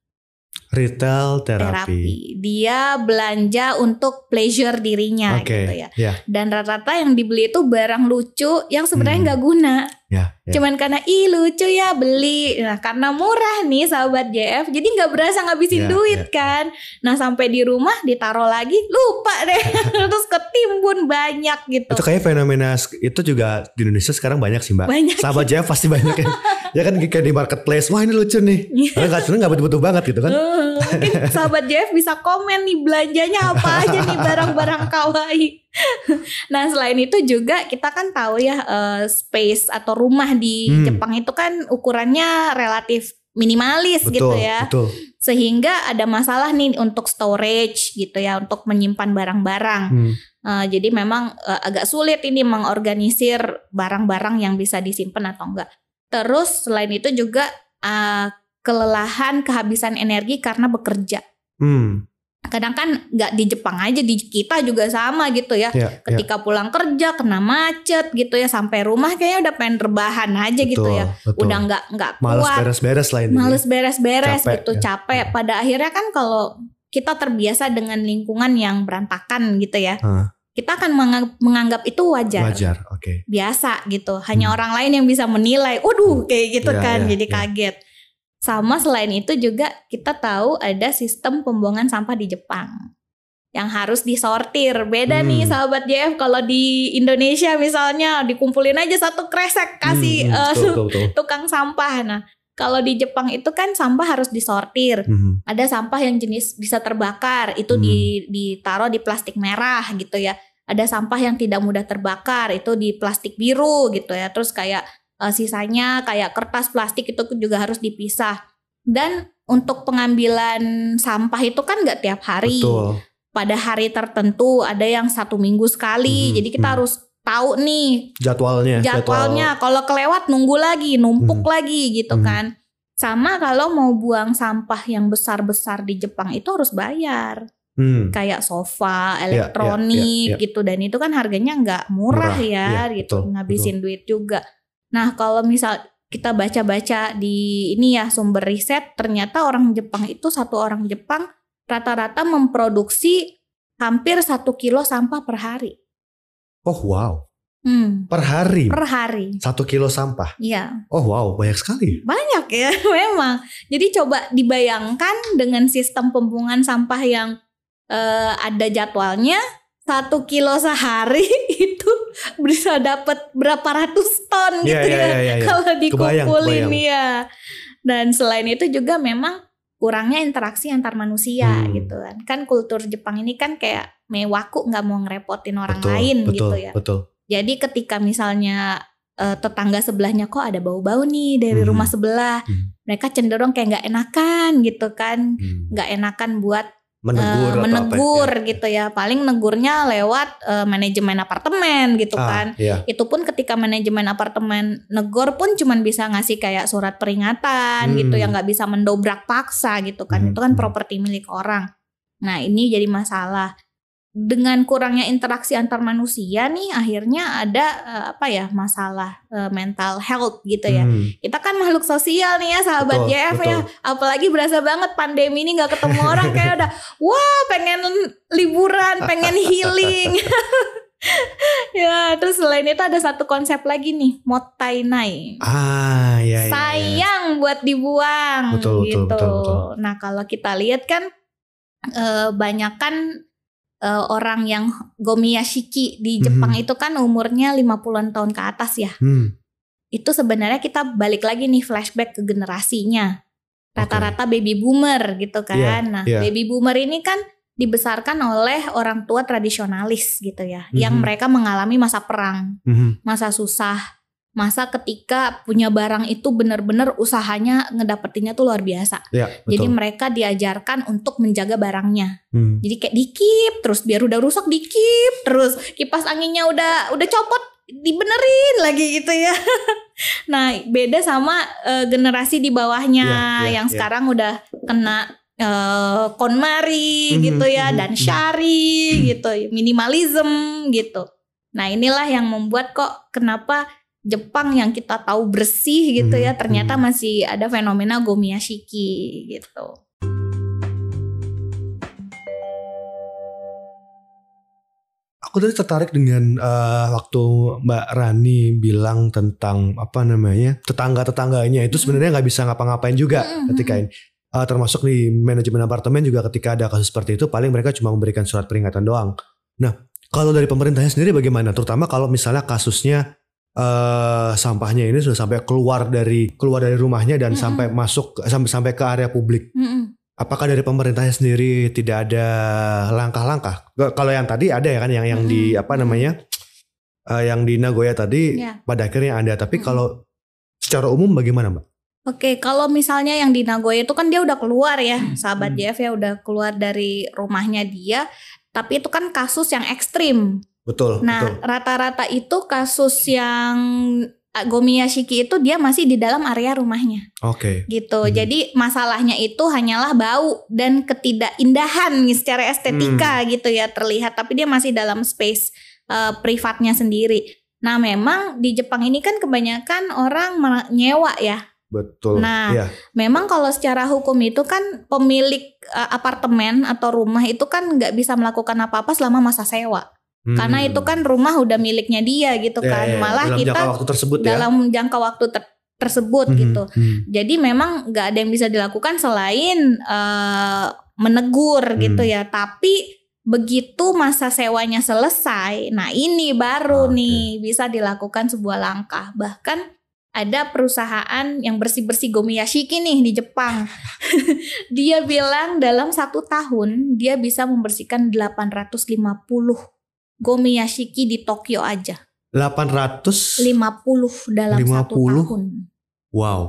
Retail terapi. terapi. Dia belanja untuk pleasure dirinya okay. gitu ya. Yeah. Dan rata-rata yang dibeli itu barang lucu yang sebenarnya nggak hmm. guna. Yeah, yeah. Cuman karena ih lucu ya beli. Nah karena murah nih sahabat J F, jadi nggak berasa ngabisin yeah, duit yeah. kan. Nah sampai di rumah ditaruh lagi lupa deh. Terus ketimbun banyak gitu. Itu kayak fenomena itu juga di Indonesia sekarang banyak sih Mbak. Banyak. Sahabat J F pasti banyak ya. Ya kan kayak di marketplace, wah ini lucu nih. Karena nggak sebenarnya nggak butuh-butuh banget gitu kan. Mungkin sahabat J F bisa komen nih belanjanya apa aja nih barang-barang kawaii. Nah selain itu juga kita kan tahu ya uh, space atau rumah di hmm. Jepang itu kan ukurannya relatif minimalis betul, gitu ya. Betul. Sehingga ada masalah nih untuk storage gitu ya, untuk menyimpan barang-barang. Hmm. Uh, jadi memang uh, agak sulit ini mengorganisir barang-barang yang bisa disimpan atau enggak. Terus selain itu juga uh, kelelahan, kehabisan energi karena bekerja. Hmm. Kadang kan nggak di Jepang aja, di kita juga sama gitu ya. Yeah, Ketika yeah. pulang kerja kena macet gitu ya, sampai rumah kayaknya udah pengen rebahan aja betul, gitu ya. Betul. Udah nggak nggak kuat. Males beres-beres lah ini. Males beres-beres capek, gitu, ya. capek. Pada akhirnya kan kalau kita terbiasa dengan lingkungan yang berantakan gitu ya. Huh. Kita akan menganggap itu wajar. Wajar, oke. Okay. Biasa gitu. Hanya hmm. orang lain yang bisa menilai. Waduh, kayak gitu yeah, kan. Yeah, jadi yeah. kaget. Sama selain itu juga kita tahu ada sistem pembuangan sampah di Jepang yang harus disortir. Beda hmm. nih sahabat J F, kalau di Indonesia misalnya dikumpulin aja satu kresek kasih hmm, uh, betul, betul, betul. tukang sampah. Nah kalau di Jepang itu kan sampah harus disortir. Hmm. Ada sampah yang jenis bisa terbakar, itu hmm. di, ditaruh di plastik merah gitu ya. Ada sampah yang tidak mudah terbakar, itu di plastik biru gitu ya. Terus kayak Uh, sisanya kayak kertas plastik itu juga harus dipisah. Dan untuk pengambilan sampah itu kan nggak tiap hari. Betul. Pada hari tertentu ada yang satu minggu sekali. Hmm, Jadi kita hmm. harus tahu nih jadwalnya. Jadwalnya. Jadwal. Kalau kelewat nunggu lagi, numpuk hmm. lagi gitu hmm. kan. Sama kalau mau buang sampah yang besar-besar di Jepang itu harus bayar. Hmm. Kayak sofa, elektronik yeah, yeah, yeah, yeah. gitu. Dan itu kan harganya nggak murah, murah ya, yeah, gitu. Betul, ngabisin betul. duit juga. Nah kalau misal kita baca-baca di ini ya sumber riset, ternyata orang Jepang itu satu orang Jepang rata-rata memproduksi hampir satu kilo sampah per hari. Oh wow. Hmm. Per hari? Per hari. Satu kilo sampah? Iya. Oh wow, banyak sekali. Banyak ya, memang. Jadi coba dibayangkan dengan sistem pembuangan sampah yang uh, ada jadwalnya, satu kilo sehari itu bisa dapat berapa ratus ton gitu yeah, ya, yeah, yeah, yeah. kalau dikumpulin kebayang, ya. Dan selain itu juga memang kurangnya interaksi antar manusia hmm. gitu kan. Kan kultur Jepang ini kan kayak mewaku, nggak mau ngerepotin orang betul, lain betul, gitu ya. Betul. Jadi ketika misalnya uh, tetangga sebelahnya kok ada bau-bau nih dari hmm. rumah sebelah, hmm. mereka cenderung kayak nggak enakan gitu kan, nggak hmm. enakan buat menegur, uh, menegur apa, gitu ya. Paling negurnya lewat uh, manajemen apartemen gitu ah, kan. Iya. Itu pun ketika manajemen apartemen negor pun cuman bisa ngasih kayak surat peringatan hmm. gitu yang nggak bisa mendobrak paksa gitu kan. Hmm. Itu kan properti milik orang. Nah ini jadi masalah. Dengan kurangnya interaksi antar manusia nih akhirnya ada uh, apa ya masalah uh, mental health gitu ya. Hmm. Kita kan makhluk sosial nih ya sahabat betul, J F betul. Ya. Apalagi berasa banget pandemi ini nggak ketemu orang kayak udah wah pengen liburan, pengen healing. Ya terus selain itu ada satu konsep lagi nih mottainai. Ah ya. Sayang ya, ya. buat dibuang betul, gitu. Betul, betul, betul. Nah kalau kita lihat kan uh, banyak kan Uh, orang yang gomiyashiki di Jepang hmm. itu kan umurnya lima puluhan tahun ke atas ya. Hmm. Itu sebenarnya kita balik lagi nih flashback ke generasinya. Rata-rata okay. baby boomer gitu kan. Yeah, nah, yeah. baby boomer ini kan dibesarkan oleh orang tua tradisionalis gitu ya. Hmm. Yang mereka mengalami masa perang, hmm. masa susah. Masa ketika punya barang itu benar-benar usahanya ngedapetinnya tuh luar biasa. Ya, jadi mereka diajarkan untuk menjaga barangnya. Hmm. Jadi kayak dikip terus biar udah rusak dikip terus kipas anginnya udah udah copot dibenerin lagi gitu ya. Nah beda sama uh, generasi di bawahnya ya, ya, yang ya. Sekarang udah kena uh, KonMari mm-hmm, gitu ya mm-hmm, dan syari mm-hmm. gitu minimalism gitu. Nah inilah yang membuat kok kenapa Jepang yang kita tahu bersih gitu ya, ternyata hmm. masih ada fenomena gomiyashiki gitu. Aku tadi tertarik dengan uh, waktu Mbak Rani bilang tentang apa namanya tetangga-tetangganya itu sebenarnya nggak bisa ngapa-ngapain juga hmm. ketika ini. Uh, termasuk di manajemen apartemen juga ketika ada kasus seperti itu paling mereka cuma memberikan surat peringatan doang. Nah kalau dari pemerintahnya sendiri bagaimana? Terutama kalau misalnya kasusnya Uh, sampahnya ini sudah sampai keluar dari keluar dari rumahnya dan mm-hmm. sampai masuk sampai sampai ke area publik. Mm-hmm. Apakah dari pemerintahnya sendiri tidak ada langkah-langkah? Kalau yang tadi ada ya kan yang yang mm-hmm. di apa namanya uh, yang di Nagoya tadi yeah. pada akhirnya ada. Tapi mm-hmm. kalau secara umum bagaimana, Mbak? Oke, kalau misalnya yang di Nagoya itu kan dia udah keluar ya, sahabat mm-hmm. J F ya udah keluar dari rumahnya dia. Tapi itu kan kasus yang ekstrim. Betul. Nah, betul. rata-rata itu kasus yang gomiyashiki itu dia masih di dalam area rumahnya. Oke. Okay. Gitu. Hmm. Jadi masalahnya itu hanyalah bau dan ketidakindahan secara estetika hmm. gitu ya terlihat. Tapi dia masih dalam space uh, privatnya sendiri. Nah, memang di Jepang ini kan kebanyakan orang nyewa ya. Betul. Nah, ya. memang kalau secara hukum itu kan pemilik uh, apartemen atau rumah itu kan nggak bisa melakukan apa-apa selama masa sewa. Hmm. Karena itu kan rumah udah miliknya dia gitu kan. Ya, ya, malah dalam kita jangka waktu tersebut dalam ya. jangka waktu ter- tersebut hmm, gitu. Hmm. Jadi memang nggak ada yang bisa dilakukan selain uh, menegur hmm. gitu ya. Tapi begitu masa sewanya selesai, nah ini baru okay. nih bisa dilakukan sebuah langkah. Bahkan ada perusahaan yang bersih-bersih gomiyashiki nih di Jepang. Dia bilang dalam satu tahun dia bisa membersihkan delapan ratus lima puluh gomiyashiki di Tokyo aja. delapan ratus lima puluh dalam lima puluh? Satu tahun. Wow.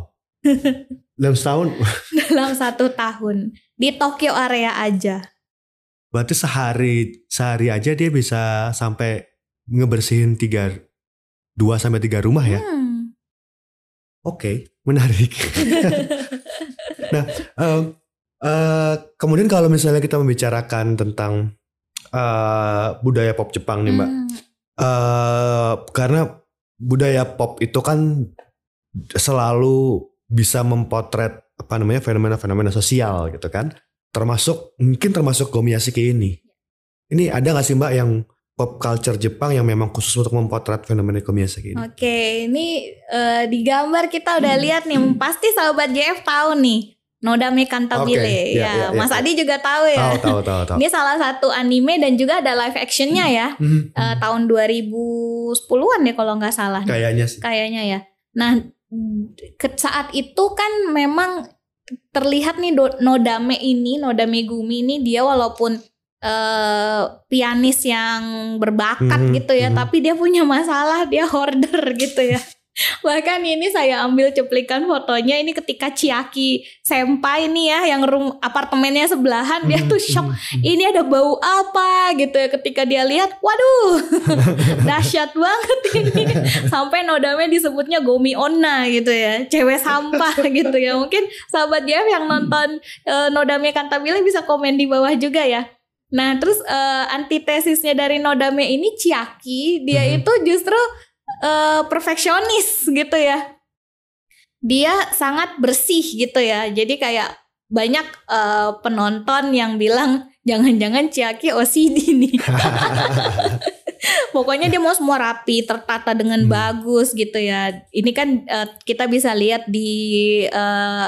Dalam setahun? Dalam satu tahun. Di Tokyo area aja. Berarti sehari sehari aja dia bisa sampai ngebersihin tiga, dua sampai tiga rumah ya? Hmm. Oke, okay, menarik. Nah, uh, uh, kemudian kalau misalnya kita membicarakan tentang Uh, budaya pop Jepang nih Mbak, hmm. uh, karena budaya pop itu kan selalu bisa mempotret apa namanya fenomena-fenomena sosial gitu kan, termasuk mungkin termasuk gomiyashiki ini. Ini ada nggak sih Mbak yang pop culture Jepang yang memang khusus untuk memotret fenomena Komiaseki ini. Oke, ini uh, di gambar kita udah lihat nih, pasti sahabat J F tahu nih, Nodame Cantabile. Okay, ya, ya, ya, Mas ya. Adi juga tahu ya. Tahu, tahu, tahu, tahu. Ini salah satu anime dan juga ada live actionnya ya, Hmm. uh, tahun dua ribu sepuluhan ya kalau nggak salah. Kayaknya sih. Kayaknya ya. Nah, ke saat itu kan memang terlihat nih Nodame ini, Nodame Gumi ini dia walaupun Uh, pianis yang berbakat Hmm, gitu ya, hmm. tapi dia punya masalah, dia hoarder gitu ya. Bahkan ini saya ambil cuplikan fotonya ini ketika Chiaki senpai nih ya, yang room apartemennya sebelahan, dia tuh shock. Ini ada bau apa gitu ya, ketika dia lihat, waduh, dahsyat banget ini. Sampai Nodame disebutnya Gomi Onna gitu ya, cewek sampah gitu ya. Mungkin sahabat J F yang nonton uh, Nodame Cantabile bisa komen di bawah juga ya. Nah, terus uh, antitesisnya dari Nodame ini Chiaki, dia mm-hmm. itu justru uh, perfeksionis gitu ya. Dia sangat bersih gitu ya. Jadi kayak banyak uh, penonton yang bilang jangan-jangan Chiaki O C D nih. Pokoknya dia mau semua rapi, tertata dengan hmm. bagus gitu ya. Ini kan uh, kita bisa lihat di uh,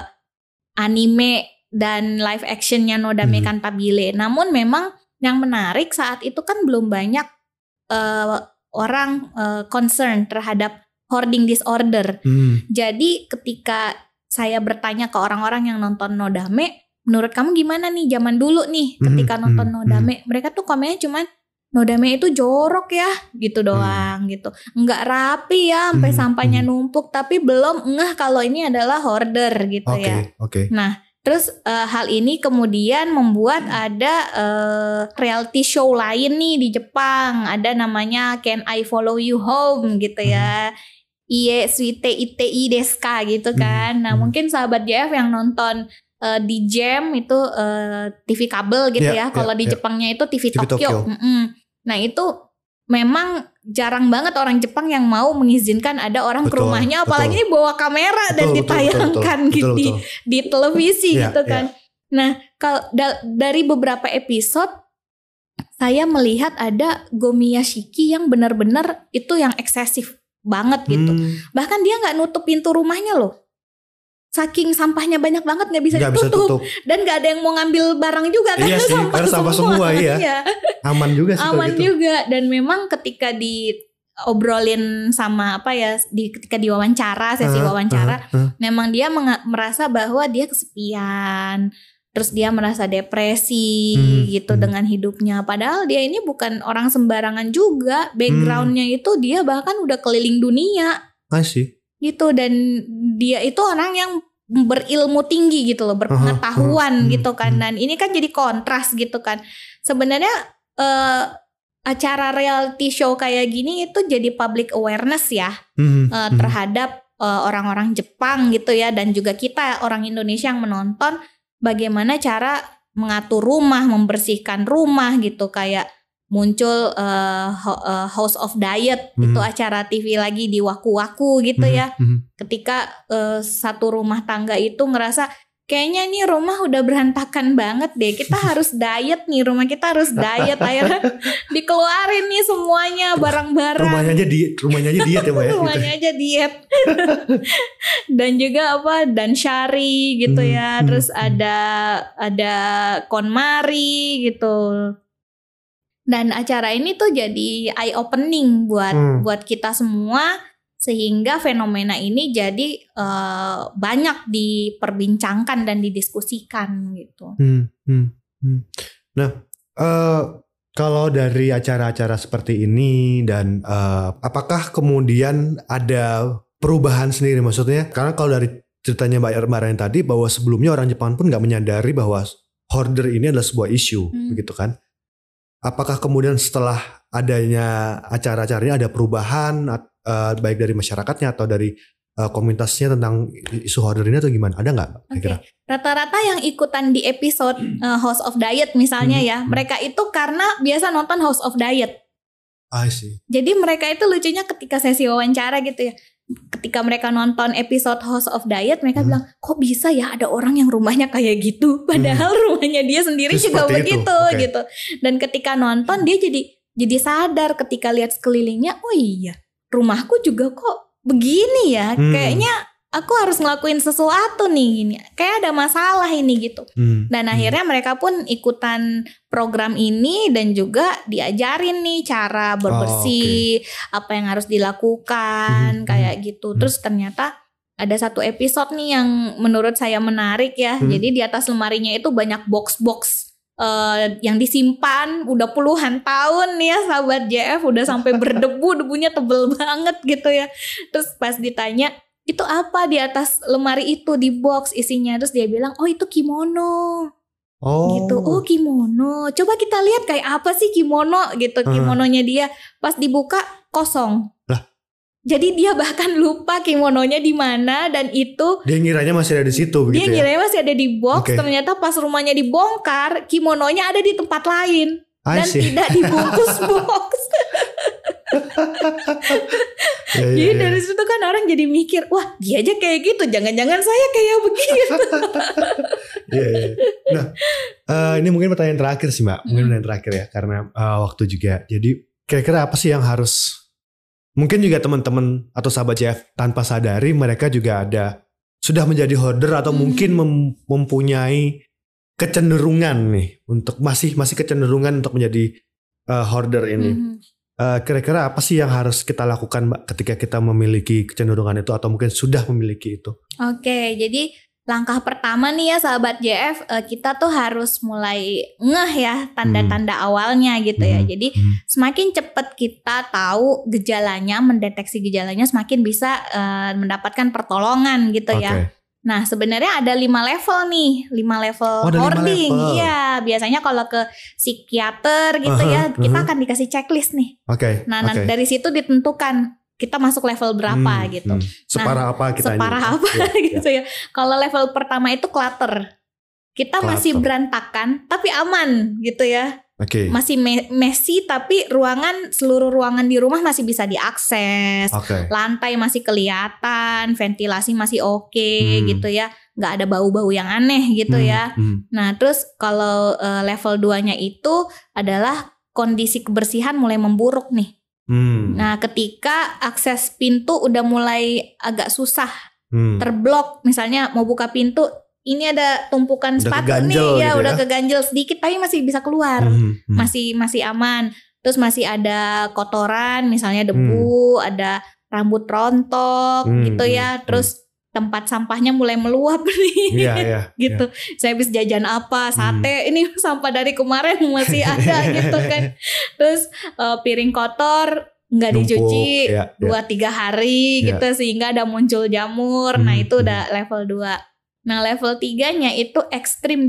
anime dan live actionnya Nodame hmm. Cantabile. Namun memang yang menarik saat itu kan belum banyak uh, orang uh, concern terhadap hoarding disorder. Hmm. Jadi ketika saya bertanya ke orang-orang yang nonton Nodame, menurut kamu gimana nih zaman dulu nih ketika hmm. nonton Nodame? Hmm. Mereka tuh komennya cuman Nodame itu jorok ya gitu doang hmm. gitu. Enggak rapi ya sampai hmm. sampahnya numpuk, tapi belum ngeh kalau ini adalah hoarder gitu okay. ya. Oke. Okay. Nah, terus uh, hal ini kemudian membuat ada uh, reality show lain nih di Jepang. Ada namanya Can I Follow You Home gitu ya. Ie suite itei desu ka gitu kan. Nah, mungkin sahabat J F yang nonton uh, di Jam itu uh, T V kabel gitu yeah, ya. Kalau yeah, di yeah. Jepangnya itu T V, T V Tokyo. Tokyo. Nah, itu memang jarang banget orang Jepang yang mau mengizinkan ada orang betul, ke rumahnya, apalagi betul. Ini bawa kamera betul, dan ditayangkan betul, betul, betul, di, betul. di televisi yeah, gitu kan. Yeah. Nah, kalau da- dari beberapa episode saya melihat ada Gomiyashiki yang benar-benar itu yang eksesif banget gitu. Hmm. Bahkan dia nggak nutup pintu rumahnya loh. Saking sampahnya banyak banget nggak bisa, bisa ditutup dan nggak ada yang mau ngambil barang juga kan. Iya sih, sampah, sampah semua, semua iya. iya. Aman juga sih. Aman gitu. juga dan memang ketika diobrolin sama apa ya, di ketika diwawancara sesi uh, wawancara, uh, uh. memang dia meng- merasa bahwa dia kesepian, terus dia merasa depresi hmm, gitu hmm. dengan hidupnya. Padahal dia ini bukan orang sembarangan juga, backgroundnya hmm. itu dia bahkan udah keliling dunia. I see. Gitu, dan dia itu orang yang berilmu tinggi gitu loh, berpengetahuan uh-huh, uh-huh, gitu kan. Dan ini kan jadi kontras gitu kan. Sebenarnya uh, acara reality show kayak gini itu jadi public awareness ya uh-huh, uh, terhadap uh, orang-orang Jepang gitu ya, dan juga kita orang Indonesia yang menonton bagaimana cara mengatur rumah, membersihkan rumah gitu. Kayak muncul uh, House of Diet hmm. itu acara T V lagi di Waku-Waku gitu hmm. ya. Hmm. Ketika uh, satu rumah tangga itu ngerasa kayaknya nih rumah udah berantakan banget deh, kita harus diet nih, rumah kita harus diet. Akhirnya dikeluarin nih semuanya barang-barang. Rumahnya aja diet, rumahnya aja diet ya Mbak ya. Rumahnya aja diet. Dan juga apa, dan Shari gitu hmm. ya. Terus hmm. ada ada KonMari gitu. Dan acara ini tuh jadi eye opening buat hmm. buat kita semua, sehingga fenomena ini jadi uh, banyak diperbincangkan dan didiskusikan gitu. Hmm, hmm, hmm. Nah, uh, kalau dari acara-acara seperti ini dan uh, apakah kemudian ada perubahan sendiri, maksudnya? Karena kalau dari ceritanya Mbak Irma yang tadi bahwa sebelumnya orang Jepang pun nggak menyadari bahwa hoarder ini adalah sebuah isu, hmm. begitu kan? Apakah kemudian setelah adanya acara-acara ini ada perubahan uh, baik dari masyarakatnya atau dari uh, komunitasnya tentang isu hoarder ini atau gimana? Ada nggak? Okay. Rata-rata yang ikutan di episode uh, House of Diet misalnya hmm. ya, hmm. mereka itu karena biasa nonton House of Diet. I see. Jadi mereka itu lucunya ketika sesi wawancara gitu ya. Ketika mereka nonton episode House of Diet, mereka hmm. bilang, kok bisa ya ada orang yang rumahnya kayak gitu, padahal hmm. rumahnya dia sendiri itu juga begitu okay. gitu. Dan ketika nonton dia jadi jadi sadar ketika lihat sekelilingnya, oh iya rumahku juga kok begini ya, hmm. kayaknya aku harus ngelakuin sesuatu nih gini, kayak ada masalah ini gitu. Hmm. Dan akhirnya hmm. mereka pun ikutan program ini dan juga diajarin nih cara berbersih, oh, okay. apa yang harus dilakukan, hmm. kayak gitu. Terus ternyata ada satu episode nih yang menurut saya menarik ya. Hmm. Jadi di atas lemarinya itu banyak box-box uh, yang disimpan udah puluhan tahun nih ya sahabat J F, udah sampai berdebu, debunya tebel banget gitu ya. Terus pas ditanya, itu apa di atas lemari itu di box isinya, terus dia bilang oh itu kimono. Oh. Gitu. Oh kimono. Coba kita lihat kayak apa sih kimono gitu. Uh. Kimononya dia pas dibuka kosong. Lah. Jadi dia bahkan lupa kimononya di mana, dan itu dia ngiranya masih ada di situ begitu. Dia ngiranya ya? masih ada di box, okay. Ternyata pas rumahnya dibongkar, kimononya ada di tempat lain dan tidak dibungkus box. Ya, ya, jadi ya. Dari situ kan orang jadi mikir, wah dia aja kayak gitu, jangan-jangan saya kayak begitu. ya, ya. Nah, uh, ini mungkin pertanyaan terakhir sih Mbak, mungkin pertanyaan terakhir ya, karena uh, waktu juga. Jadi kira-kira apa sih yang harus, mungkin juga teman-teman atau sahabat J F tanpa sadari mereka juga ada sudah menjadi hoarder atau hmm. mungkin mem- mempunyai kecenderungan nih untuk masih masih kecenderungan untuk menjadi uh, hoarder ini. Hmm. Uh, kira-kira apa sih yang harus kita lakukan Mbak ketika kita memiliki kecenderungan itu atau mungkin sudah memiliki itu? Oke, jadi langkah pertama nih ya sahabat J F, uh, kita tuh harus mulai ngeh ya tanda-tanda hmm. awalnya gitu hmm. ya. Jadi hmm. semakin cepat kita tahu gejalanya, mendeteksi gejalanya, semakin bisa uh, mendapatkan pertolongan gitu okay. ya. Nah sebenarnya ada lima level nih, lima level oh, hoarding. Iya, biasanya kalau ke psikiater gitu uh-huh, ya, kita uh-huh. akan dikasih checklist nih. Oke. Okay, nah, okay. nah dari situ ditentukan kita masuk level berapa hmm, gitu. Hmm. Separah nah, apa kita Separah ini? apa ya, gitu ya. Kalau level pertama itu clutter. Kita clutter. Masih berantakan tapi aman gitu ya. Okay. Masih me- messy tapi ruangan, seluruh ruangan di rumah masih bisa diakses. Okay. Lantai masih kelihatan, ventilasi masih oke okay, hmm. gitu ya. Gak ada bau-bau yang aneh gitu hmm. ya. Hmm. Nah terus kalau uh, level dua-nya itu adalah kondisi kebersihan mulai memburuk nih. Hmm. Nah ketika akses pintu udah mulai agak susah, hmm. terblok, misalnya mau buka pintu, ini ada tumpukan udah sepatu nih, ya gitu udah ya? keganjel sedikit, tapi masih bisa keluar, hmm. Hmm. masih masih aman. Terus masih ada kotoran, misalnya debu, hmm. ada rambut rontok, hmm. gitu ya. Terus hmm. tempat sampahnya mulai meluap nih, yeah, yeah, gitu. Yeah. Saya habis jajan apa, sate, hmm. ini sampah dari kemarin masih ada, gitu kan. Terus uh, piring kotor nggak dicuci ya, dua tiga ya. hari, ya. gitu, sehingga ada muncul jamur. Hmm. Nah itu udah level dua. Nah level tiganya itu extreme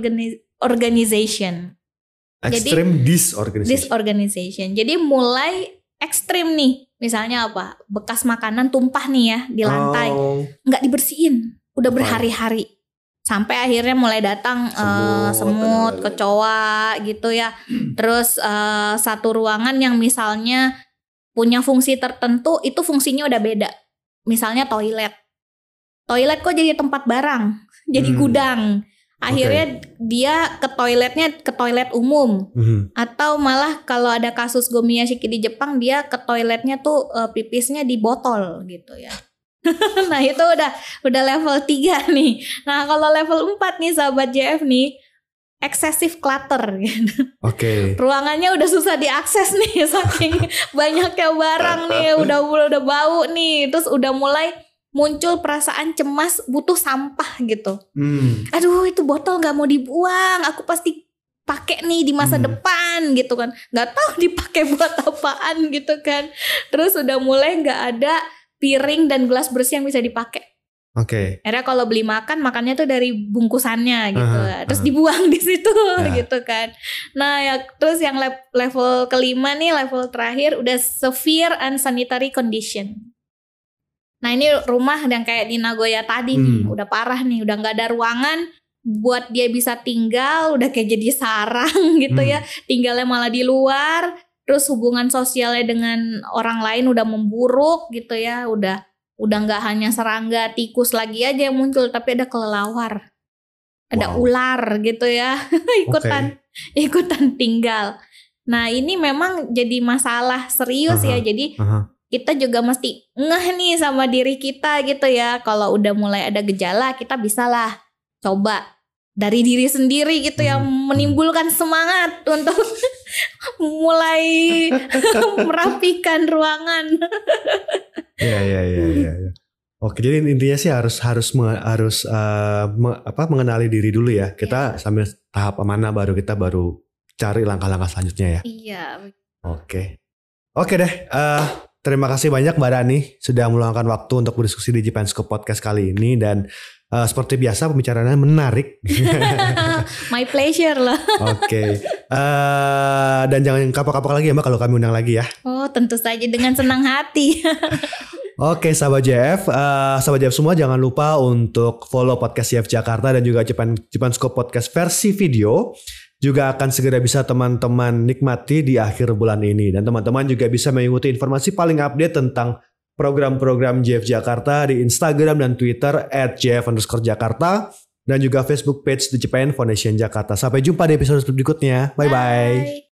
disorganization. Extreme disorganization. Disorganization. Jadi mulai ekstrim nih. Misalnya apa? Bekas makanan tumpah nih ya di lantai, oh. nggak dibersihin, udah berhari-hari. Sampai akhirnya mulai datang semut, uh, semut kecoa gitu ya. Terus uh, satu ruangan yang misalnya punya fungsi tertentu, itu fungsinya udah beda. Misalnya toilet. Toilet kok jadi tempat barang, jadi hmm. gudang. Akhirnya okay. dia ke toiletnya ke toilet umum. Hmm. Atau malah kalau ada kasus Gomiyashiki di Jepang, dia ke toiletnya tuh uh, pipisnya di botol gitu ya. Nah itu udah udah level tiga nih. Nah kalau level empat nih sahabat J F nih, excessive clutter gitu. Oke. Okay. Ruangannya udah susah diakses nih, saking banyaknya barang nih, udah udah bau nih. Terus udah mulai muncul perasaan cemas, butuh sampah gitu. Hmm. Aduh itu botol nggak mau dibuang, aku pasti pakai nih di masa hmm. depan gitu kan. Nggak tahu dipakai buat apaan gitu kan. Terus udah mulai nggak ada piring dan gelas bersih yang bisa dipakai. Oke. Okay. Akhirnya kalau beli makan, makannya tuh dari bungkusannya gitu. Uh-huh, terus uh-huh. dibuang di situ yeah. gitu kan. Nah ya terus yang le- level kelima nih, level terakhir udah severe unsanitary condition. Nah ini rumah yang kayak di Nagoya tadi hmm. nih, udah parah nih, udah gak ada ruangan buat dia bisa tinggal, udah kayak jadi sarang gitu hmm. ya, tinggalnya malah di luar, terus hubungan sosialnya dengan orang lain udah memburuk gitu ya, udah udah gak hanya serangga, tikus lagi aja yang muncul, tapi ada kelelawar, ada wow. ular gitu ya, ikutan okay. ikutan tinggal. Nah ini memang jadi masalah serius Aha, ya. Jadi aha. kita juga mesti ngeh nih sama diri kita gitu ya. Kalau udah mulai ada gejala, kita bisalah coba dari diri sendiri gitu yang Hmm. menimbulkan semangat untuk mulai merapikan ruangan. Iya iya iya iya. Ya. Oke, jadi intinya sih harus harus me- harus eh, me- apa mengenali diri dulu ya. Kita sambil tahap mana baru kita baru cari langkah-langkah selanjutnya ya. Iya. Oke. Oke deh. eh, terima kasih banyak Mbak Rani sudah meluangkan waktu untuk berdiskusi di Japanscope Podcast kali ini dan eh, seperti biasa pembicaraannya menarik. My pleasure loh. Oke. Eh, dan jangan kapok-kapok lagi ya Mbak kalau kami undang lagi ya. Oh tentu saja dengan senang hati. Oke sahabat J F, eh, sahabat J F semua jangan lupa untuk follow podcast J F Jakarta dan juga Japan Japanscope Podcast versi video. Juga akan segera bisa teman-teman nikmati di akhir bulan ini. Dan teman-teman juga bisa mengikuti informasi paling update tentang program-program J F Jakarta di Instagram dan Twitter at jf underscore Jakarta. Dan juga Facebook page The Japan Foundation Jakarta. Sampai jumpa di episode berikutnya. Bye-bye. Bye.